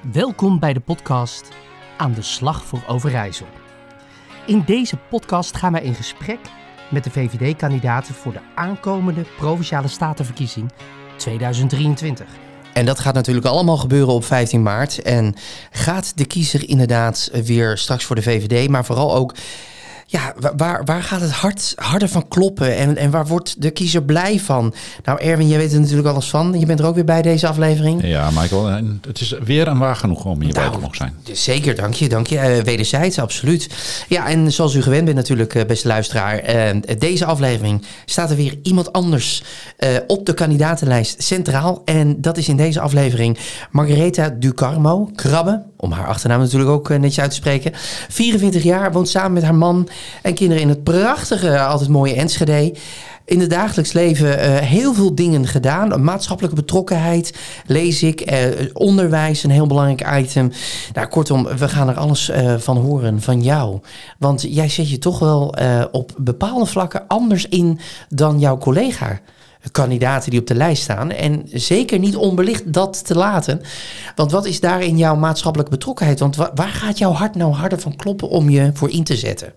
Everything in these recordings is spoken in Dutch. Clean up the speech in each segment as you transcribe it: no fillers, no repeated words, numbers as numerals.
Welkom bij de podcast Aan de Slag voor Overijssel. In deze podcast gaan wij in gesprek met de VVD-kandidaten voor de aankomende Provinciale Statenverkiezing 2023. En dat gaat natuurlijk allemaal gebeuren op 15 maart. En gaat de kiezer inderdaad weer straks voor de VVD, maar vooral ook, ja, waar gaat het harder van kloppen en waar wordt de kiezer blij van? Nou, Erwin, jij weet er natuurlijk alles van. Je bent er ook weer bij deze aflevering. Ja, Michael, het is weer een waar genoeg om hierbij te mogen zijn. Zeker, dank je. Wederzijds, absoluut. Ja, en zoals u gewend bent natuurlijk, beste luisteraar, deze aflevering staat er weer iemand anders op de kandidatenlijst centraal. En dat is in deze aflevering Margaretha Ducarmo, Krabbe, om haar achternaam natuurlijk ook netjes uit te spreken. 44 jaar, woont samen met haar man en kinderen in het prachtige, altijd mooie Enschede. In het dagelijks leven heel veel dingen gedaan. Maatschappelijke betrokkenheid, lees ik. Onderwijs, een heel belangrijk item. Nou, kortom, we gaan er alles van horen van jou. Want jij zet je toch wel op bepaalde vlakken anders in dan jouw collega-kandidaten die op de lijst staan. En zeker niet onbelicht dat te laten. Want wat is daarin jouw maatschappelijke betrokkenheid? Want waar gaat jouw hart nou harder van kloppen om je voor in te zetten?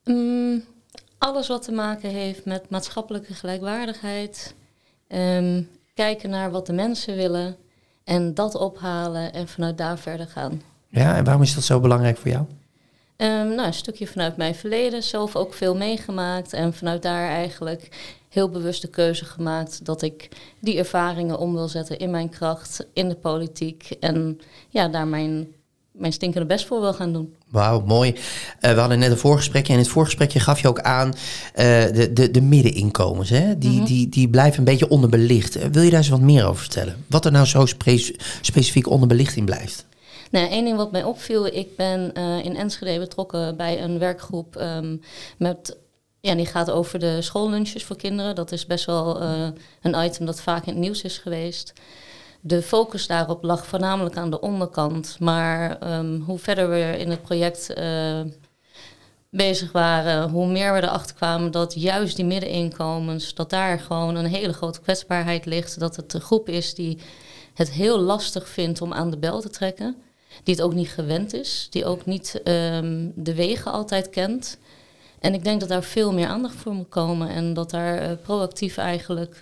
Alles wat te maken heeft met maatschappelijke gelijkwaardigheid. Kijken naar wat de mensen willen. En dat ophalen en vanuit daar verder gaan. Ja, en waarom is dat zo belangrijk voor jou? Een stukje vanuit mijn verleden. Zelf ook veel meegemaakt. En vanuit daar eigenlijk heel bewust de keuze gemaakt dat ik die ervaringen om wil zetten in mijn kracht, in de politiek. En ja, daar mijn stinkende best voor wil gaan doen. Wauw, mooi. We hadden net een voorgesprekje. En in het voorgesprekje gaf je ook aan de middeninkomens. Hè? Die blijven een beetje onderbelicht. Wil je daar eens wat meer over vertellen? Wat er nou zo specifiek onderbelicht in blijft? Nou, één ding wat mij opviel. Ik ben in Enschede betrokken bij een werkgroep die gaat over de schoollunches voor kinderen. Dat is best wel een item dat vaak in het nieuws is geweest. De focus daarop lag voornamelijk aan de onderkant. Maar hoe verder we in het project bezig waren, hoe meer we erachter kwamen dat juist die middeninkomens, dat daar gewoon een hele grote kwetsbaarheid ligt. Dat het een groep is die het heel lastig vindt om aan de bel te trekken. Die het ook niet gewend is. Die ook niet de wegen altijd kent. En ik denk dat daar veel meer aandacht voor moet komen. En dat daar proactief eigenlijk,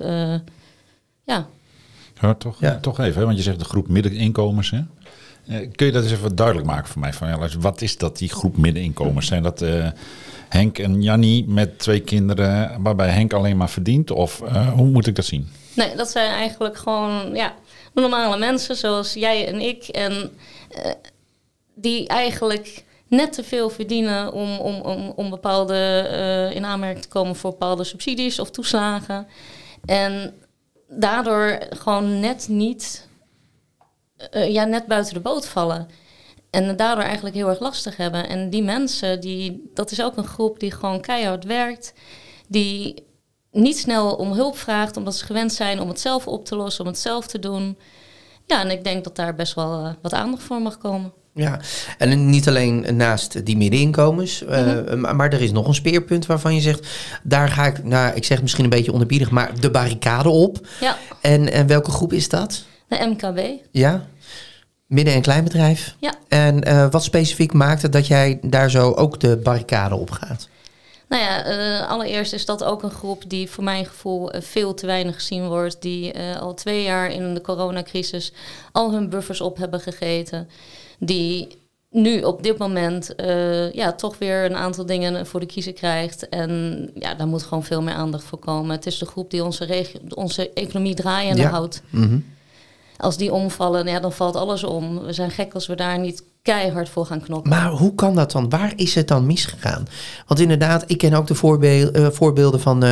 Toch even, hè? Want je zegt de groep middeninkomens. Hè? Kun je dat eens even duidelijk maken voor mij? Wat is dat, die groep middeninkomens? Zijn dat Henk en Jannie met 2 kinderen, waarbij Henk alleen maar verdient? Of hoe moet ik dat zien? Nee, dat zijn eigenlijk gewoon normale mensen zoals jij en ik. En die eigenlijk net te veel verdienen om bepaalde in aanmerking te komen voor bepaalde subsidies of toeslagen. En daardoor gewoon net buiten de boot vallen. En daardoor eigenlijk heel erg lastig hebben. En die mensen, dat is ook een groep die gewoon keihard werkt. Die niet snel om hulp vraagt, omdat ze gewend zijn om het zelf op te lossen, om het zelf te doen. Ja, en ik denk dat daar best wel wat aandacht voor mag komen. Ja, en niet alleen naast die middeninkomens, maar er is nog een speerpunt waarvan je zegt, daar ga ik zeg misschien een beetje onderbiedig, maar de barricade op. Ja. En welke groep is dat? De MKB. Ja, midden- en kleinbedrijf. Ja. En wat specifiek maakt het dat jij daar zo ook de barricade op gaat? Nou ja, allereerst is dat ook een groep die voor mijn gevoel veel te weinig gezien wordt. Die al 2 jaar in de coronacrisis al hun buffers op hebben gegeten. Die nu op dit moment toch weer een aantal dingen voor de kiezer krijgt. En ja, daar moet gewoon veel meer aandacht voor komen. Het is de groep die onze economie draaiende houdt. Mm-hmm. Als die omvallen, dan valt alles om. We zijn gek als we daar niet keihard voor gaan knoppen. Maar hoe kan dat dan? Waar is het dan misgegaan? Want inderdaad, ik ken ook de voorbeelden van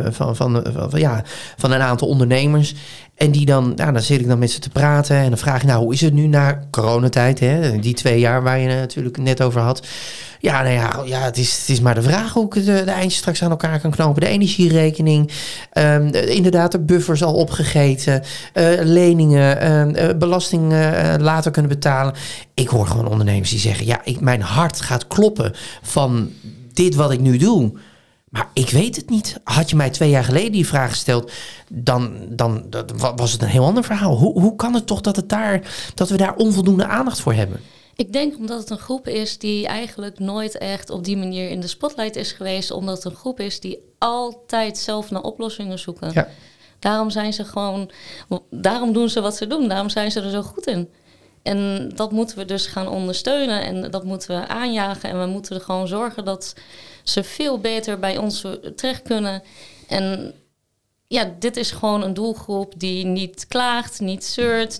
een aantal ondernemers. En die dan zit ik dan met ze te praten. En dan vraag ik, hoe is het nu na coronatijd? Hè? Die 2 jaar waar je natuurlijk net over had. Het is maar de vraag hoe ik de eindjes straks aan elkaar kan knopen. De energierekening, inderdaad de buffers al opgegeten, leningen, belasting later kunnen betalen. Ik hoor gewoon ondernemers die zeggen, mijn hart gaat kloppen van dit wat ik nu doe. Maar ik weet het niet. Had je mij 2 jaar geleden die vraag gesteld, dan was het een heel ander verhaal. Hoe kan het toch dat we daar onvoldoende aandacht voor hebben? Ik denk omdat het een groep is die eigenlijk nooit echt op die manier in de spotlight is geweest. Omdat het een groep is die altijd zelf naar oplossingen zoeken. Ja. Daarom doen ze wat ze doen. Daarom zijn ze er zo goed in. En dat moeten we dus gaan ondersteunen en dat moeten we aanjagen. En we moeten er gewoon zorgen dat ze veel beter bij ons terecht kunnen. En ja, dit is gewoon een doelgroep die niet klaagt, niet zeurt,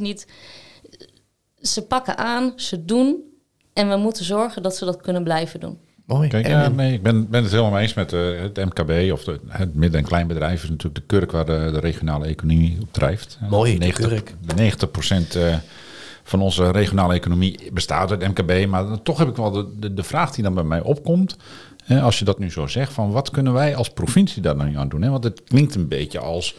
Ze pakken aan, ze doen. En we moeten zorgen dat ze dat kunnen blijven doen. Mooi. Kijk, ik ben het helemaal eens met het MKB of het midden- en kleinbedrijf is natuurlijk de kurk waar de regionale economie op drijft. Mooi, 90% van onze regionale economie bestaat uit MKB. Maar toch heb ik wel de vraag die dan bij mij opkomt. Als je dat nu zo zegt, van wat kunnen wij als provincie daar dan aan doen? Want het klinkt een beetje als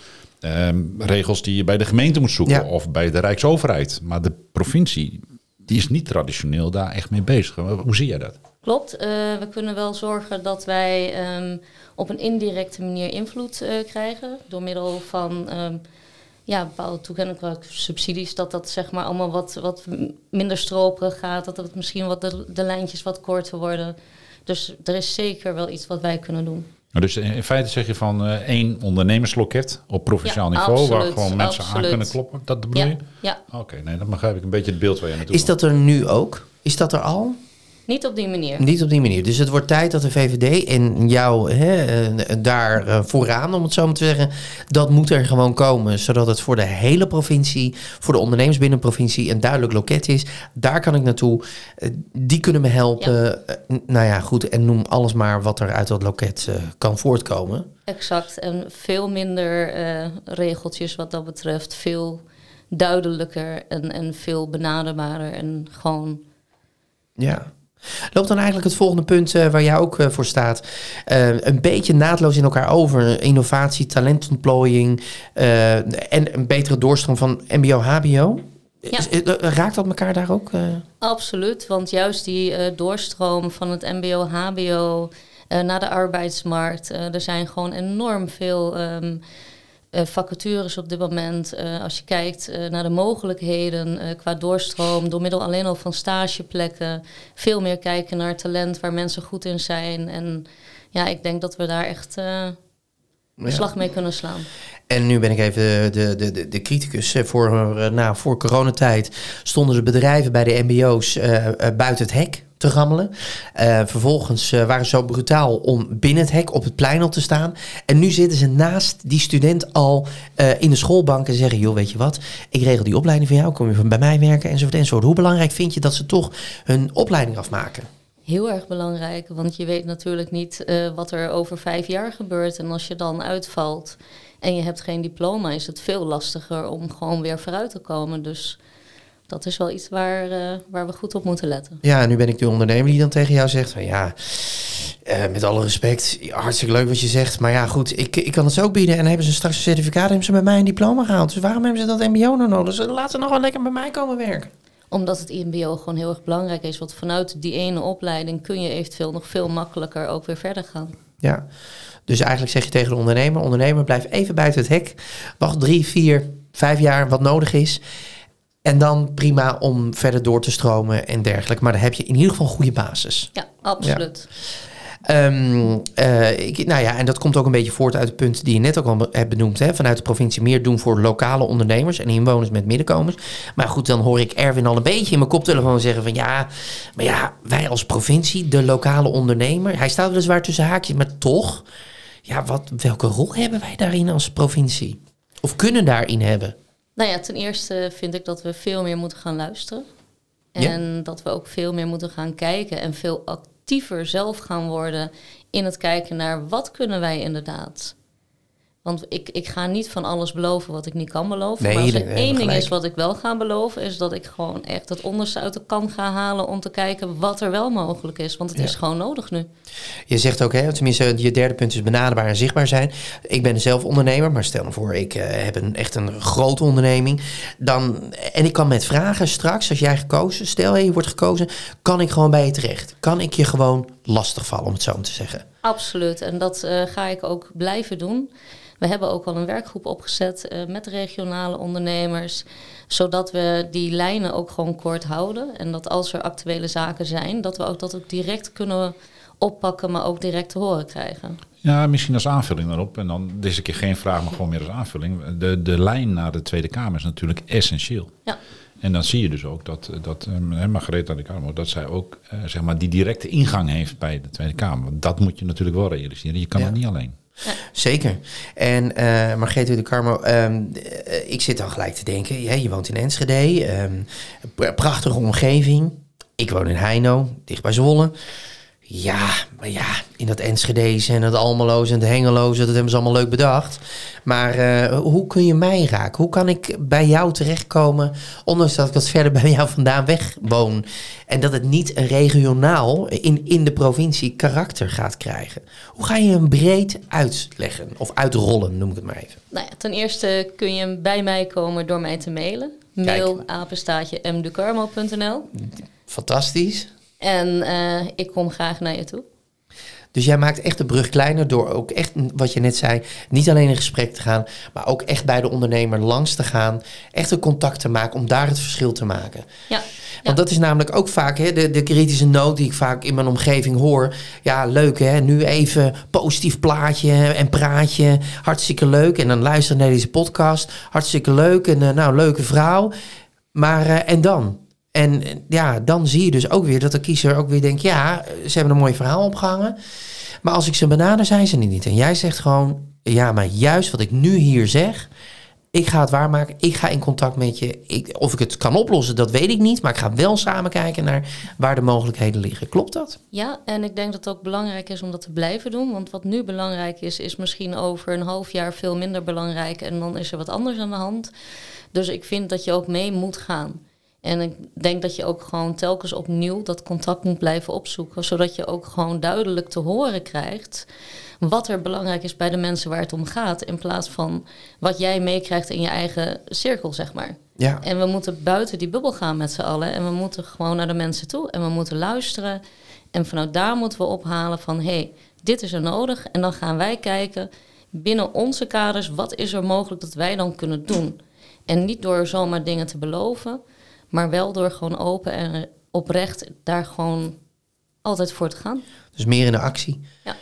regels die je bij de gemeente moet zoeken of bij de Rijksoverheid. Maar de provincie, die is niet traditioneel daar echt mee bezig. Hoe zie jij dat? Klopt. We kunnen wel zorgen dat wij op een indirecte manier invloed krijgen. Door middel van bepaalde toekennelijke subsidies. Dat zeg maar allemaal wat minder stroperig gaat. Dat het misschien de lijntjes wat korter worden. Dus er is zeker wel iets wat wij kunnen doen. Dus in feite zeg je van 1 ondernemersloket op provinciaal niveau. Absoluut, waar gewoon mensen aan kunnen kloppen. Dat bedoel je? Ja. Oké, nee, dan begrijp ik een beetje het beeld waar je naartoe Is dat er nu ook? Is dat er al? Niet op die manier. Niet op die manier. Dus het wordt tijd dat de VVD en jou daar vooraan, om het zo maar te zeggen, dat moet er gewoon komen. Zodat het voor de hele provincie, voor de ondernemers binnen de provincie een duidelijk loket is. Daar kan ik naartoe. Die kunnen me helpen. Ja. Goed. En noem alles maar wat er uit dat loket kan voortkomen. Exact. En veel minder regeltjes wat dat betreft. Veel duidelijker en veel benaderbaarder. En gewoon... Ja. Loopt dan eigenlijk het volgende punt waar jij ook voor staat een beetje naadloos in elkaar over. Innovatie, talentontplooiing en een betere doorstroom van mbo-hbo. Ja. Raakt dat elkaar daar ook? Absoluut, want juist die doorstroom van het mbo-hbo naar de arbeidsmarkt. Er zijn gewoon enorm veel... vacatures op dit moment. Als je kijkt naar de mogelijkheden qua doorstroom, door middel alleen al van stageplekken, veel meer kijken naar talent waar mensen goed in zijn. En ja, ik denk dat we daar echt een slag mee kunnen slaan. En nu ben ik even de criticus. Voor coronatijd stonden de bedrijven bij de mbo's buiten het hek te rammelen. Vervolgens waren ze zo brutaal om binnen het hek op het plein al te staan. En nu zitten ze naast die student al in de schoolbank en zeggen, joh, weet je wat, ik regel die opleiding voor jou, kom je bij mij werken enzovoort. Hoe belangrijk vind je dat ze toch hun opleiding afmaken? Heel erg belangrijk, want je weet natuurlijk niet wat er over 5 jaar gebeurt. En als je dan uitvalt en je hebt geen diploma, is het veel lastiger om gewoon weer vooruit te komen. Dus dat is wel iets waar we goed op moeten letten. Ja, en nu ben ik de ondernemer die dan tegen jou zegt van met alle respect, hartstikke leuk wat je zegt. Maar ja, goed, ik kan het zo ook bieden. En dan hebben ze straks een certificaat, hebben ze bij mij een diploma gehaald. Dus waarom hebben ze dat mbo nou nodig? Dus laten ze nog wel lekker bij mij komen werken. Omdat het mbo gewoon heel erg belangrijk is. Want vanuit die ene opleiding kun je eventueel nog veel makkelijker ook weer verder gaan. Ja, dus eigenlijk zeg je tegen de ondernemer, blijf even buiten het hek. Wacht 3, 4, 5 jaar wat nodig is. En dan prima om verder door te stromen en dergelijke. Maar dan heb je in ieder geval een goede basis. Ja, absoluut. Ja. En dat komt ook een beetje voort uit het punt die je net ook al hebt benoemd. Vanuit de provincie meer doen voor lokale ondernemers en inwoners met middenkomens. Maar goed, dan hoor ik Erwin al een beetje in mijn koptelefoon zeggen van wij als provincie, de lokale ondernemer. Hij staat weliswaar tussen haakjes, maar toch. Ja, welke rol hebben wij daarin als provincie? Of kunnen daarin hebben? Nou ja, ten eerste vind ik dat we veel meer moeten gaan luisteren. En dat we ook veel meer moeten gaan kijken en veel actiever zelf gaan worden in het kijken naar wat kunnen wij inderdaad. Want ik ga niet van alles beloven wat ik niet kan beloven. Nee, maar als er één ding is wat ik wel ga beloven, is dat ik gewoon echt het onderste uit de kan ga halen om te kijken wat er wel mogelijk is. Want het is gewoon nodig nu. Je zegt ook, tenminste je derde punt is benaderbaar en zichtbaar zijn. Ik ben zelf ondernemer, maar stel me voor, ik heb echt een grote onderneming. En ik kan met vragen straks, als jij stel je wordt gekozen, kan ik gewoon bij je terecht. Kan ik je gewoon lastig vallen, om het zo te zeggen. Absoluut. En dat ga ik ook blijven doen. We hebben ook al een werkgroep opgezet met regionale ondernemers, zodat we die lijnen ook gewoon kort houden. En dat als er actuele zaken zijn, dat we ook dat ook direct kunnen oppakken, maar ook direct te horen krijgen. Ja, misschien als aanvulling daarop. En dan deze keer geen vraag, maar gewoon meer als aanvulling. De lijn naar de Tweede Kamer is natuurlijk essentieel. Ja. En dan zie je dus ook dat Margaretha de Carmo, dat zij ook zeg maar die directe ingang heeft bij de Tweede Kamer. Want dat moet je natuurlijk wel realiseren. Je kan het niet alleen. Ja. Zeker. En Margaretha de Carmo, ik zit dan gelijk te denken, je woont in Enschede, prachtige omgeving. Ik woon in Heino, dicht bij Zwolle. Ja, maar ja, in dat Enschede's en het Almelo's en het Hengelo's, dat hebben ze allemaal leuk bedacht. Maar hoe kun je mij raken? Hoe kan ik bij jou terechtkomen, ondanks dat ik wat verder bij jou vandaan weg woon? En dat het niet een regionaal, in de provincie, karakter gaat krijgen. Hoe ga je hem breed uitleggen? Of uitrollen, noem ik het maar even. Nou ja, ten eerste kun je bij mij komen door mij te mailen. Mail @mdecarmo.nl. Fantastisch. En ik kom graag naar je toe. Dus jij maakt echt de brug kleiner door ook echt, wat je net zei, niet alleen in gesprek te gaan, maar ook echt bij de ondernemer langs te gaan. Echt een contact te maken om daar het verschil te maken. Ja. Want dat is namelijk ook vaak de kritische noot die ik vaak in mijn omgeving hoor. Ja, leuk hè, nu even positief plaatje en praatje. Hartstikke leuk. En dan luister naar deze podcast. Hartstikke leuk en leuke vrouw. Maar en dan? En ja, dan zie je dus ook weer dat de kiezer ook weer denkt, ja, ze hebben een mooi verhaal opgehangen. Maar als ik ze benader, zijn ze niet. En jij zegt gewoon, ja, maar juist wat ik nu hier zeg, ik ga het waarmaken. Ik ga in contact met je. Of ik het kan oplossen, dat weet ik niet. Maar ik ga wel samen kijken naar waar de mogelijkheden liggen. Klopt dat? Ja, en ik denk dat het ook belangrijk is om dat te blijven doen. Want wat nu belangrijk is misschien over een half jaar veel minder belangrijk. En dan is er wat anders aan de hand. Dus ik vind dat je ook mee moet gaan. En ik denk dat je ook gewoon telkens opnieuw dat contact moet blijven opzoeken. Zodat je ook gewoon duidelijk te horen krijgt wat er belangrijk is bij de mensen waar het om gaat. In plaats van wat jij meekrijgt in je eigen cirkel, zeg maar. Ja. En we moeten buiten die bubbel gaan met z'n allen. En we moeten gewoon naar de mensen toe. En we moeten luisteren. En vanuit daar moeten we ophalen van, hey, dit is er nodig. En dan gaan wij kijken binnen onze kaders, wat is er mogelijk dat wij dan kunnen doen. En niet door zomaar dingen te beloven, maar wel door gewoon open en oprecht daar gewoon altijd voor te gaan. Dus meer in de actie. Ja.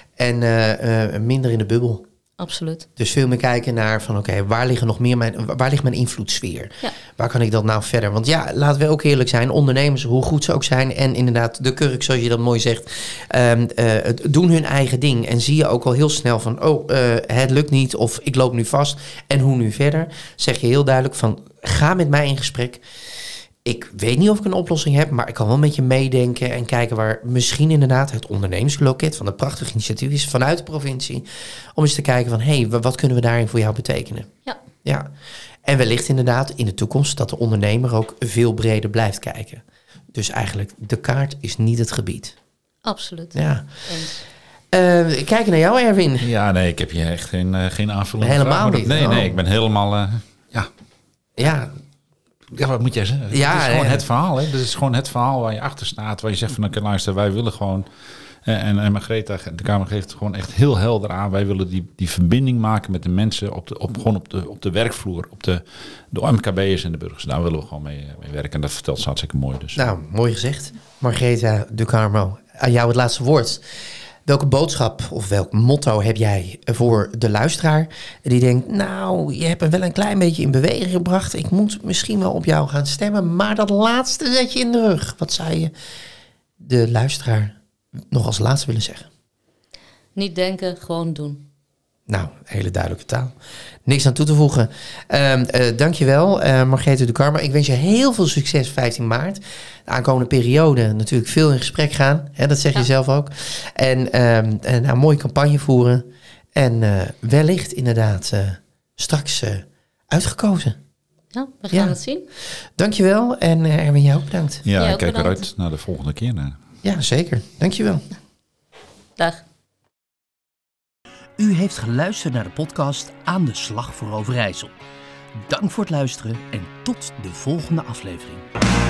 En minder in de bubbel. Absoluut. Dus veel meer kijken naar van oké, waar ligt mijn invloedssfeer? Ja. Waar kan ik dat nou verder? Want ja, laten we ook eerlijk zijn, ondernemers, hoe goed ze ook zijn, en inderdaad de kurk, zoals je dat mooi zegt, doen hun eigen ding. En zie je ook al heel snel van, het lukt niet of ik loop nu vast. En hoe nu verder? Zeg je heel duidelijk van, ga met mij in gesprek. Ik weet niet of ik een oplossing heb, maar ik kan wel met je meedenken en kijken waar misschien inderdaad het ondernemersloket van het prachtige initiatief is vanuit de provincie. Om eens te kijken van, hey, wat kunnen we daarin voor jou betekenen? Ja. En wellicht inderdaad in de toekomst dat de ondernemer ook veel breder blijft kijken. Dus eigenlijk, de kaart is niet het gebied. Absoluut. Ja. Kijken naar jou, Erwin. Ja, nee, ik heb hier echt geen aanvulling. Helemaal niet. Nee, ik ben helemaal, Ja, wat moet jij zeggen? Ja, het is gewoon het verhaal. Hè? Dit is gewoon het verhaal waar je achter staat. Waar je zegt van, oké, luister, wij willen gewoon. En Margaretha de Kamer geeft gewoon echt heel helder aan. Wij willen die verbinding maken met de mensen op de werkvloer. Op de MKB'ers en de burgers. Daar willen we gewoon mee werken. En dat vertelt ze hartstikke mooi. Dus. Nou, mooi gezegd. Margaretha de Carmo, aan jou het laatste woord. Welke boodschap of welk motto heb jij voor de luisteraar die denkt, nou, je hebt hem wel een klein beetje in beweging gebracht. Ik moet misschien wel op jou gaan stemmen, maar dat laatste zet je in de rug. Wat zou je de luisteraar nog als laatste willen zeggen? Niet denken, gewoon doen. Nou, hele duidelijke taal. Niks aan toe te voegen. Dankjewel, Margaretha de Carmo. Ik wens je heel veel succes 15 maart. De aankomende periode natuurlijk veel in gesprek gaan. Hè, dat zeg je zelf ook. En een mooie campagne voeren. En wellicht inderdaad straks uitgekozen. Ja, we gaan het zien. Dankjewel. En Erwin, jou ook bedankt. Ja, ik kijk eruit naar de volgende keer. Ja, zeker. Dankjewel. Dag. U heeft geluisterd naar de podcast Aan de Slag voor Overijssel. Dank voor het luisteren en tot de volgende aflevering.